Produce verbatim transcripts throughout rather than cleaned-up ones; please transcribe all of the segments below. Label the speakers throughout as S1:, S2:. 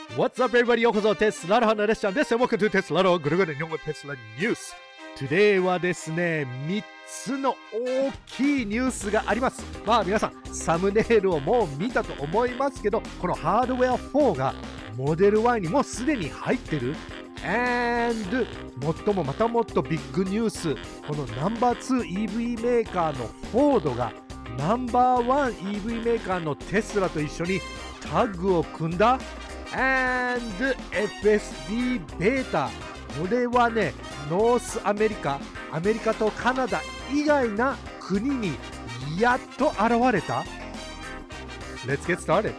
S1: What's up, everybody? ようこそテスラの話しちゃんです。Welcome to テスラのぐるぐる日本語テスラニュース。Today はですね、みっつの大きいニュースがあります。まあ皆さん、サムネイルをもう見たと思いますけど、このハードウェアフォーがモデル Y にもうすでに入ってる。And 最もまたもっとビッグニュース、このナンバーツー イーブイ メーカーのフォードがナンバーワン イーブイ メーカーのテスラと一緒にタッグを組んだ。And エフエスディー ベータ、これはね、ノースアメリカ、アメリカとカナダ以外な国にやっと現れた。Let's get started!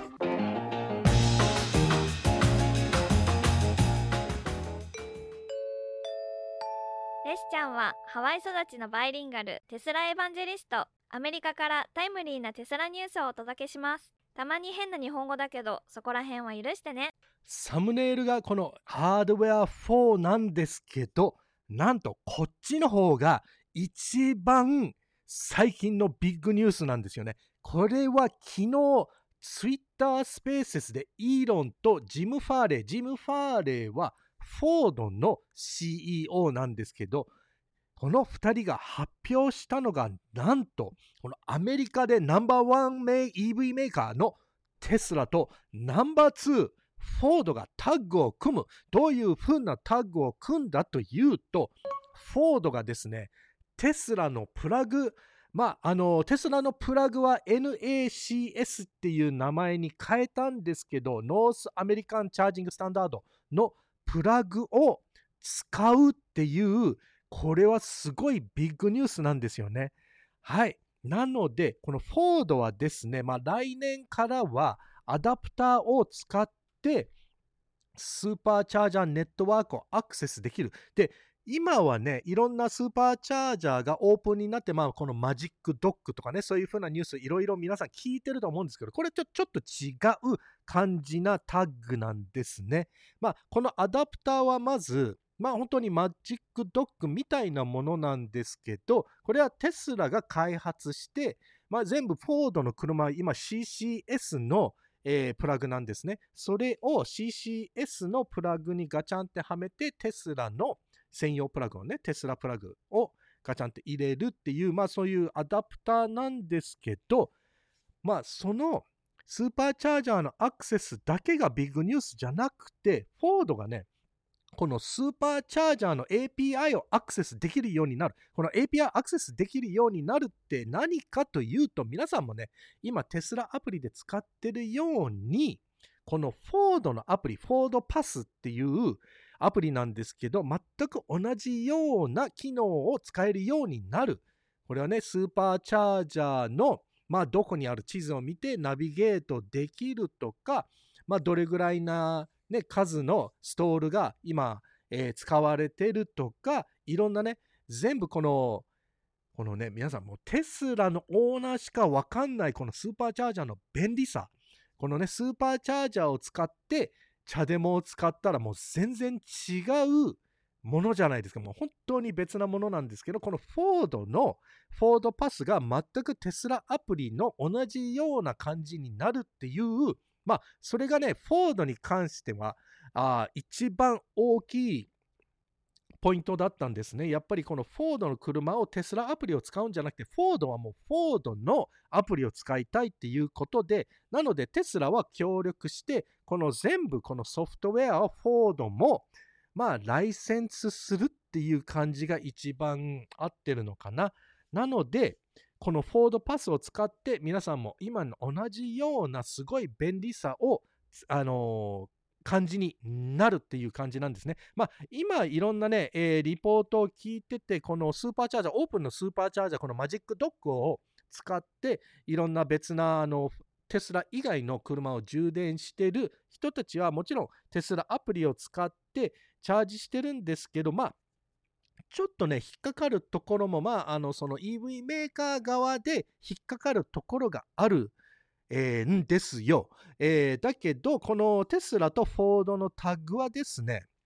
S2: レシちゃんはハワイ育ちのバイリンガルテスラエヴァンジェリスト。アメリカからタイムリーなテスラニュースをお届けします。たまに変な日本語だけど、そこら辺は許してね。
S1: サムネイルがこのハードウェアフォーなんですけど、なんとこっちの方が一番最近のビッグニュースなんですよね。これは昨日ツイッタースペースでイーロンとジム・ファーレー、ジム・ファーレーはフォードの シーイーオー なんですけど、このふたりが発表したのがなんとこのアメリカでナンバーワンメイ イーブイ メーカーのテスラとナンバーツーフォードがタッグを組む。どういう風なタッグを組んだというと、フォードがですね、テスラのプラグ、まあ、あの、テスラのプラグは エヌエーシーエス っていう名前に変えたんですけど、ノースアメリカンチャージングスタンダードのプラグを使うっていう、これはすごいビッグニュースなんですよね。はい。なので、このフォードはですね、まあ来年からはアダプターを使ってスーパーチャージャーネットワークをアクセスできる。で、今はね、いろんなスーパーチャージャーがオープンになって、まあこのマジックドッグとかね、そういう風なニュースいろいろ皆さん聞いてると思うんですけど、これちょ、ちょっと違う感じなタッグなんですね。まあこのアダプターはまず、まあ本当にマジックドッグみたいなものなんですけど、これはテスラが開発して、まあ全部フォードの車は今 シーシーエス の、えー、プラグなんですね。それを シーシーエス のプラグにガチャンってはめて、テスラの専用プラグをね、テスラプラグをガチャンって入れるっていう、まあそういうアダプターなんですけど、まあそのスーパーチャージャーのアクセスだけがビッグニュースじゃなくて、フォードがね、このスーパーチャージャーの エーピーアイ をアクセスできるようになる。この エーピーアイ アクセスできるようになるって何かというと、皆さんもね、今テスラアプリで使ってるように、このフォードのアプリ、フォードパスっていうアプリなんですけど、全く同じような機能を使えるようになる。これはね、スーパーチャージャーの、まあ、どこにある地図を見てナビゲートできるとか、まあ、どれぐらいな、ね、数のストールが今、えー、使われてるとか、いろんなね、全部この、このね、皆さんもうテスラのオーナーしかわかんないこのスーパーチャージャーの便利さ。このね、スーパーチャージャーを使って、チャデモを使ったらもう全然違うものじゃないですか。もう本当に別なものなんですけど、このフォードの、フォードパスが全くテスラアプリの同じような感じになるっていう、まあ、それがね、フォードに関しては、あ一番大きいポイントだったんですね。やっぱりこのフォードの車をテスラアプリを使うんじゃなくて、フォードはもうフォードのアプリを使いたいっていうことで、なのでテスラは協力して、この全部このソフトウェアをフォードも、まあ、ライセンスするっていう感じが一番合ってるのかな。なので、このフォードパスを使って皆さんも今の同じようなすごい便利さを、あのー、感じになるっていう感じなんですね。まあ今いろんなね、えー、リポートを聞いてて、このスーパーチャージャー、オープンのスーパーチャージャー、このマジックドッグを使っていろんな別なあのテスラ以外の車を充電してる人たちはもちろんテスラアプリを使ってチャージしてるんですけど、まあちょっとね、引っかかるところも、まあ、あの、その イーブイ メーカー側で引っかかるところがある、えー、んですよ。えー、だけど、このテスラとフォードのタグはですね、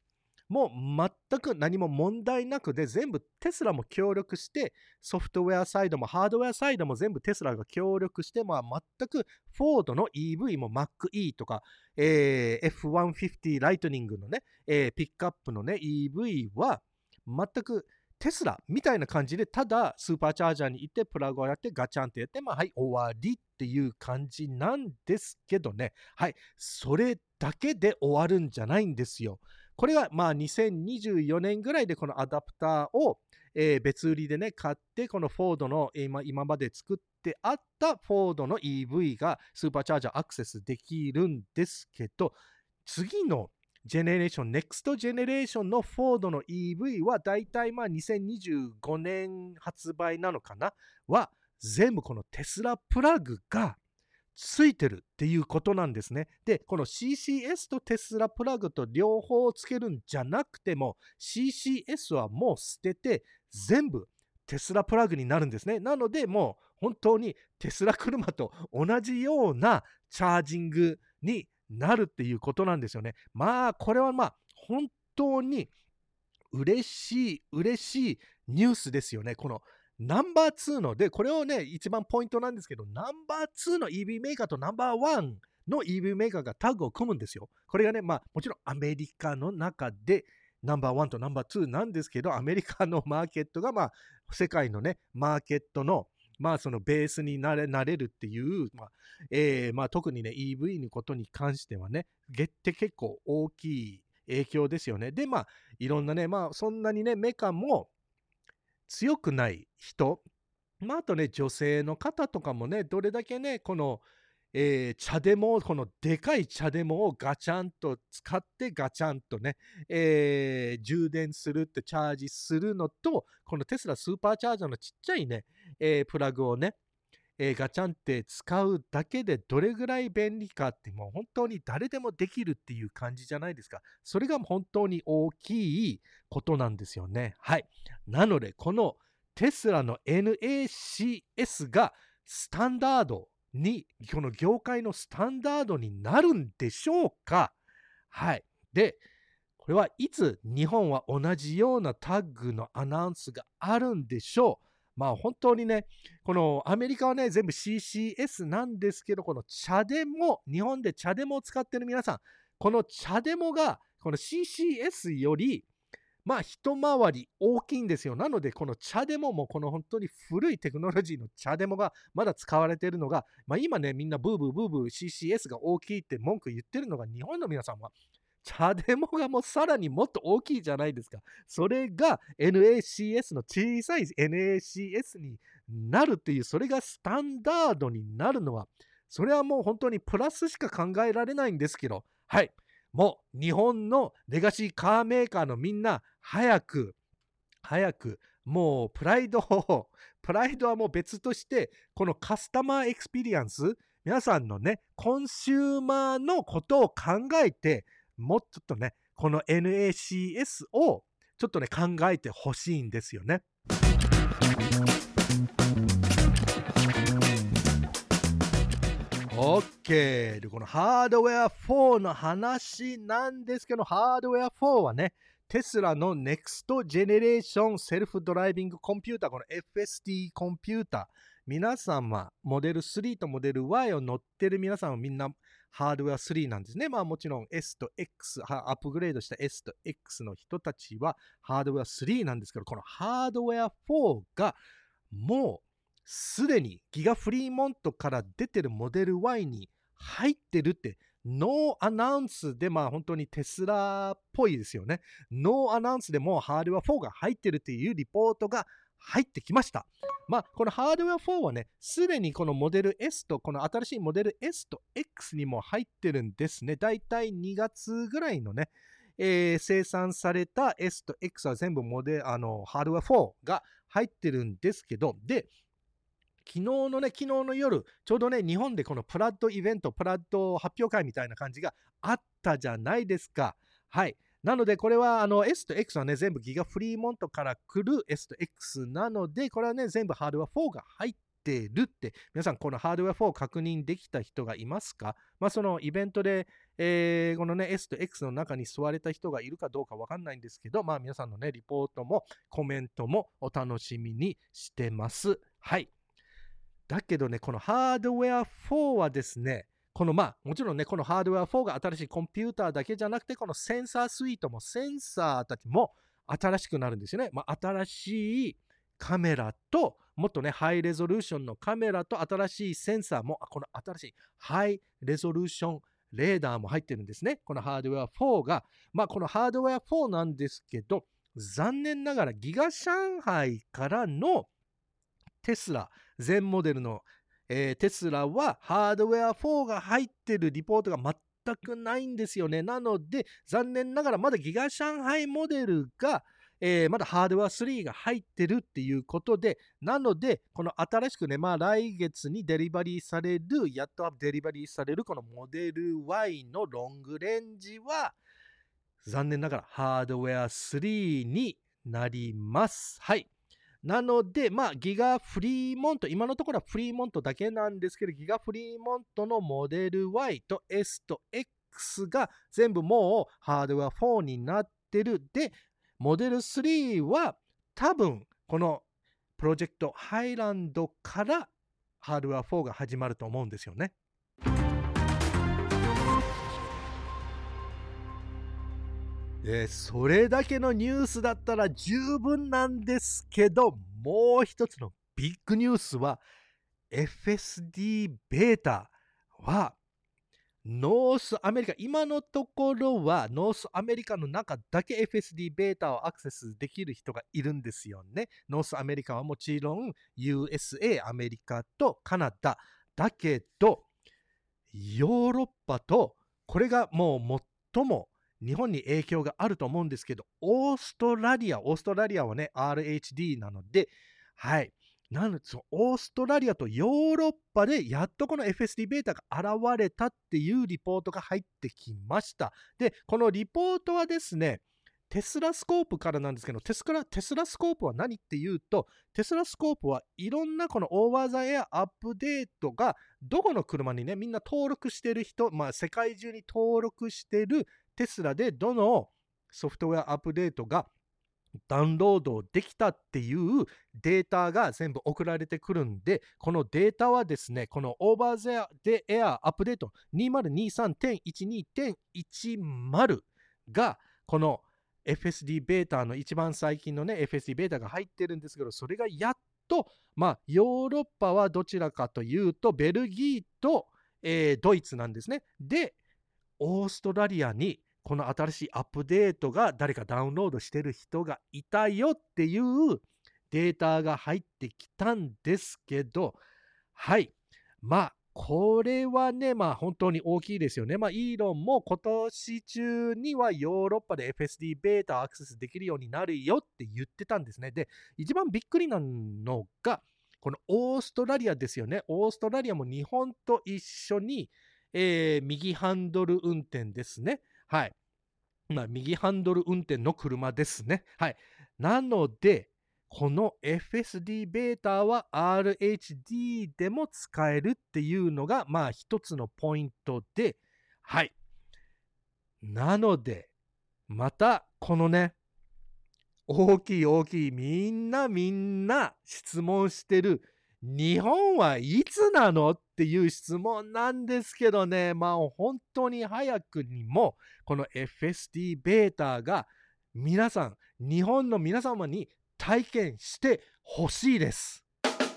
S1: もう全く何も問題なくで、全部テスラも協力して、ソフトウェアサイドもハードウェアサイドも全部テスラが協力して、まあ、全くフォードの イーブイ も Mach-E とか、えー、エフワンフィフティ ライトニングのね、えー、ピックアップのね、イーブイ は全くテスラみたいな感じで、ただスーパーチャージャーに行ってプラグをやってガチャンってやって、まあはい終わりっていう感じなんですけどね。はい、それだけで終わるんじゃないんですよ。これはまあにせんにじゅうよねんぐらいでこのアダプターを、えー、別売りでね買って、このフォードの今今まで作ってあったフォードの イーブイ がスーパーチャージャーアクセスできるんですけど、次のジェネレーション、ネクストジェネレーションのフォードの イーブイ はだいたいまあにせんにじゅうごねん発売なのかなは全部このテスラプラグがついてるっていうことなんですね。で、この シーシーエス とテスラプラグと両方つけるんじゃなくても シーシーエス はもう捨てて全部テスラプラグになるんですね。なのでもう本当にテスラ車と同じようなチャージングになるっていうことなんですよね。まあこれはまあ本当に嬉しい嬉しいニュースですよね。このナンバーツーので、これをね一番ポイントなんですけど、ナンバーツーの イーブイ メーカーとナンバーワンの イーブイ メーカーがタッグを組むんですよ。これがね、まあもちろんアメリカの中でナンバーワンとナンバーツーなんですけど、アメリカのマーケットがまあ世界のねマーケットのまあそのベースになれ、なれるっていう、まあえーまあ、特にね イーブイ のことに関してはね、ゲって結構大きい影響ですよね。でまあいろんなね、まあそんなにねメカも強くない人、まああとね女性の方とかもね、どれだけねこのえー、茶デモを、このでかい茶デモをガチャンと使ってガチャンとね、えー、充電するってチャージするのと、このテスラスーパーチャージャーのちっちゃいね、えー、プラグをね、えー、ガチャンって使うだけでどれぐらい便利かって、もう本当に誰でもできるっていう感じじゃないですか。それが本当に大きいことなんですよね。はい。なので、このテスラの エヌエーシーエス がスタンダードに、この業界のスタンダードになるんでしょうか。はい。で、これはいつ日本は同じようなタッグのアナウンスがあるんでしょう。まあ本当にね、このアメリカはね、全部 シーシーエス なんですけど、この茶デモ、日本で茶デモを使ってる皆さん、この茶デモが、この シーシーエス より、まあ一回り大きいんですよ。なのでこの茶デモもこの本当に古いテクノロジーの茶デモがまだ使われているのが、まあ今ねみんなブーブーブーブー シーシーエス が大きいって文句言ってるのが、日本の皆さんは茶デモがもうさらにもっと大きいじゃないですか。それが エヌエーシーエス の小さい エヌエーシーエス になるっていう、それがスタンダードになるのは、それはもう本当にプラスしか考えられないんですけど、はい。もう日本のレガシーカーメーカーのみんな早く早くもうプライドをプライドはもう別として、このカスタマーエクスペリエンス、皆さんのねコンシューマーのことを考えて、もうちょっとねこの エヌエーシーエス をちょっとね考えてほしいんですよね。OK で、このハードウェアフォーの話なんですけど、ハードウェアフォーはね、テスラのネクストジェネレーションセルフドライビングコンピューター、この エフエスティー コンピューター、皆様モデルスリーとモデル ワイ を乗ってる皆さんはみんなハードウェアスリーなんですね。まあもちろん S と X、アップグレードした S と X の人たちはハードウェアスリーなんですけど、このハードウェアフォーがもうすでにギガフリーモントから出てるモデル ワイ に入ってるって、ノーアナウンスで、まあ本当にテスラっぽいですよね。ノーアナウンスでもうハードウェアフォーが入ってるっていうリポートが入ってきました。まあこのハードウェアフォーはね、すでにこのモデル S とこの新しいモデル S と X にも入ってるんですね。だいたいにがつぐらいのね、えー、生産された S と X は全部モデあのハードウェアフォーが入ってるんですけど、で昨日のね、昨日の夜、ちょうどね、日本でこのプラッドイベント、プラッド発表会みたいな感じがあったじゃないですか。はい。なので、これはあの S と X はね、全部ギガフリーモントから来る S と X なので、これはね、全部ハードウェアフォーが入っってるって、皆さんこのハードウェアフォー確認できた人がいますか？まあそのイベントで、えーこのね S と X の中に座れた人がいるかどうかわかんないんですけど、まあ皆さんのねリポートもコメントもお楽しみにしてます。はい。だけどね、このハードウェアフォーはですね、このまあもちろんね、このハードウェアフォーが新しいコンピューターだけじゃなくて、このセンサースイートもセンサーたちも新しくなるんですよね。まあ新しいカメラと、もっとね、ハイレゾリューションのカメラと新しいセンサーも、この新しいハイレゾリューションレーダーも入ってるんですね。このハードウェアフォーが、まあこのハードウェアフォーなんですけど、残念ながらギガ上海からのテスラ、全モデルの、えーテスラはハードウェアフォーが入ってるリポートが全くないんですよね。なので、残念ながらまだギガ上海モデルが、えーまだハードウェアスリーが入ってるっていうことで、なので、この新しくね、まあ来月にデリバリーされる、やっとデリバリーされるこのモデル Y のロングレンジは、残念ながらハードウェアスリーになります。はい。なので、まあ、ギガフリーモント、今のところはフリーモントだけなんですけど、ギガフリーモントのモデル Y と S と X が全部もうハードウェアフォーになってる。で、モデルスリーは多分このプロジェクトハイランドからハードウェアフォーが始まると思うんですよね。えーそれだけのニュースだったら十分なんですけど、もう一つのビッグニュースは エフエスディー ベータはノースアメリカ、今のところはノースアメリカの中だけ エフエスディー ベータをアクセスできる人がいるんですよね。ノースアメリカはもちろん ユーエスエー、アメリカとカナダだけど、ヨーロッパと、これがもう最も日本に影響があると思うんですけど、オーストラリア、オーストラリアはね、アールエイチディー なので、はい。なので、そのオーストラリアとヨーロッパでやっとこの エフエスディー ベータが現れたっていうリポートが入ってきました。で、このリポートはですね、テスラスコープからなんですけど、テスラ、テスラスコープは何っていうと、テスラスコープはいろんなこのオーバーザエアアップデートがどこの車にね、みんな登録してる人、まあ世界中に登録してるテスラでどのソフトウェアアップデートがダウンロードできたっていうデータが全部送られてくるんで、このデータはですね、このオーバーザエアアップデート にせんにじゅうさんてんいちにてんいちまる がこの エフエスディー ベータの一番最近のね エフエスディー ベータが入ってるんですけど、それがやっとまあヨーロッパはどちらかというとベルギーと、えードイツなんですね。で、オーストラリアにこの新しいアップデートが誰かダウンロードしてる人がいたよっていうデータが入ってきたんですけど、はい。まあ、これはね、まあ本当に大きいですよね。まあ、イーロンも今年中にはヨーロッパで エフエスディー ベータアクセスできるようになるよって言ってたんですね。で、一番びっくりなのが、このオーストラリアですよね。オーストラリアも日本と一緒に、えー右ハンドル運転ですね。はい。まあ、右ハンドル運転の車ですね。はい。なので、この エフエスディー ベータは アールエイチディー でも使えるっていうのが、まあ一つのポイントで、はい。なので、またこのね、大きい大きいみんなみんな質問してる日本はいつなのっていう質問なんですけどね、まあ本当に早くにもこの エフエスディー ベータが皆さん、日本の皆様に体験してほしいです。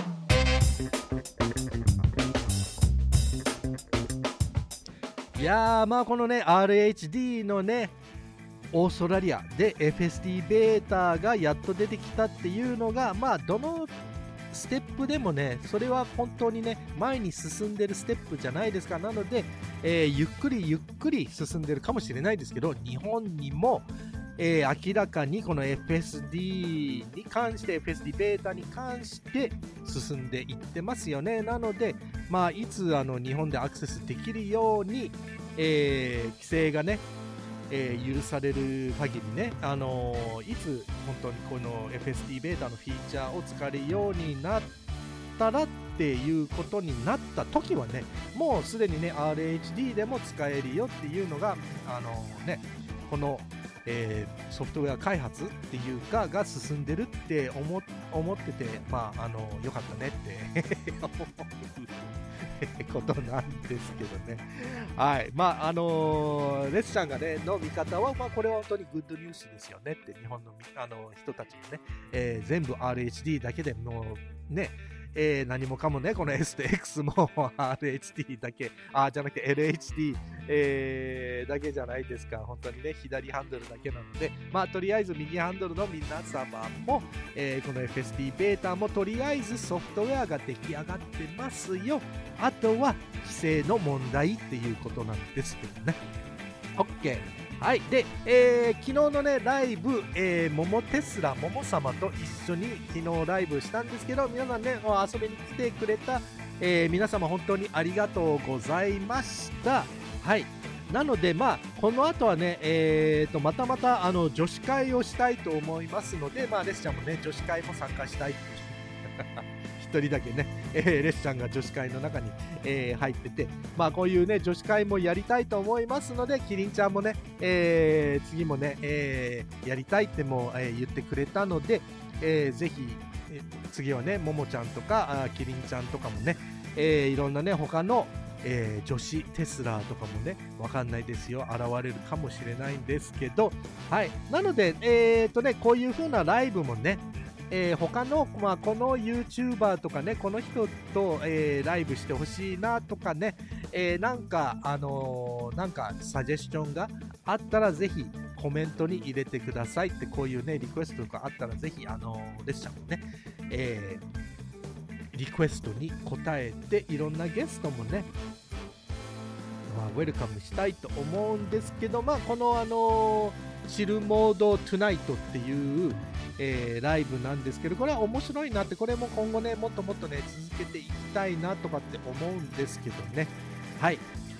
S1: いやー、まあこのね アールエイチディー のねオーストラリアで エフエスディー ベータがやっと出てきたっていうのが、まあどのステップでもね、それは本当にね前に進んでるステップじゃないですか。なので、えーゆっくりゆっくり進んでるかもしれないですけど、日本にも、えー明らかにこの エフエスディー に関して エフエスディー ベータに関して進んでいってますよね。なので、まあいつあの日本でアクセスできるように、えー規制がねえー許される限りね、あのーいつ本当にこの エフエスディー ベータのフィーチャーを使えるようになったらっっていうことになった時はね、もうすでにね アールエイチディー でも使えるよっていうのがあのねこの、えー、ソフトウェア開発っていうかが進んでるって思、思ってて、まああのよかったねって思うことなんですけどね。はい、まああのー、レスちゃんがねの見方は、まあこれは本当にグッドニュースですよねって日本のあの人たちもね、えー、全部 アールエイチディー だけでもうね。えー、何もかもね、この S と X も アールエイチディー だけ、あ、じゃなくて エルエイチディー、えー、だけじゃないですか。本当にね、左ハンドルだけなので、まあ、とりあえず右ハンドルの皆様も、えー、この エフエスディー ベータもとりあえずソフトウェアが出来上がってますよ。あとは規制の問題っていうことなんですけどね。OK。はい。で、えー、昨日のね、ライブ、えー、桃テスラ、桃様と一緒に昨日ライブしたんですけど、皆さんね、遊びに来てくれた、えー、皆様本当にありがとうございました。はい。なので、まあ、この後はね、えーと、またまた、あの、女子会をしたいと思いますので、まあ、レスちゃんもね、女子会も参加したいっていう。一人だけね、えー、レスちゃんが女子会の中に、えー、入ってて、まあこういうね女子会もやりたいと思いますので、キリンちゃんもね、えー、次もね、えー、やりたいっても、えー、言ってくれたので、えー、ぜひ、えー、次はねももちゃんとかあキリンちゃんとかもね、えー、いろんなね他の、えー、女子テスラーとかもねわかんないですよ、現れるかもしれないんですけど、はい、なのでえーとねこういう風なライブもね、えー、他の、まあ、この YouTuber とかね、この人と、えー、ライブしてほしいなとかね、えー、なんか、あのー、なんか、サジェスチョンがあったら、ぜひコメントに入れてくださいって、こういうね、リクエストとかあったら、ぜひ、あのー、レスちゃんもね、えー、リクエストに答えて、いろんなゲストもね、まあ、ウェルカムしたいと思うんですけど、まあ、この、あのー、チルモードトゥナイトっていう、えー、ライブなんですけど、これは面白いなって、これも今後ねもっともっとね続けていきたいなとかって思うんですけどね。はい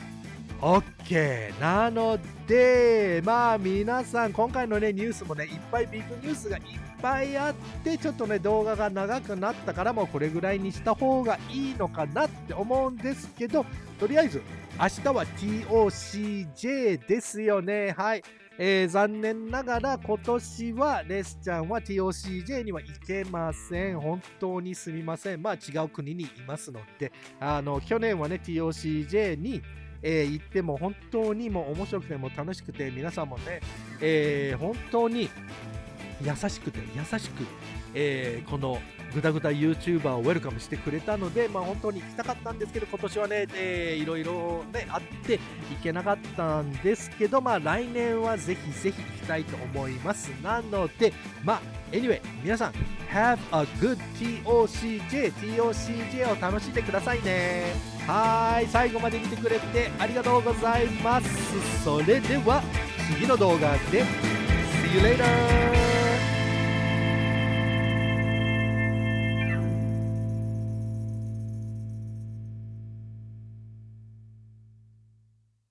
S1: OK なので、まあ皆さん今回のねニュースもねいっぱいビッグニュースがいっぱいあって、ちょっとね動画が長くなったからもうこれぐらいにした方がいいのかなって思うんですけど、とりあえず明日は ティーオーシージェー ですよね。はい、えー、残念ながら今年はレスちゃんは ティーオーシージェー には行けません。本当にすみません。まあ違う国にいますので、あの去年はね ティーオーシージェー に、えー、行っても本当にもう面白くても楽しくて、皆さんもね、えー、本当に優しくて優しく、えー、このグダグダ YouTuber をウェルカムしてくれたので、まあ本当に行きたかったんですけど、今年はね、えー、いろいろねあって行けなかったんですけど、まあ来年はぜひぜひ行きたいと思います。なので、まあ anyway 皆さん Have a good ティーオーシージェー ティーオーシージェー を楽しんでくださいね。はい、最後まで見てくれてありがとうございます。それでは次の動画で See you later!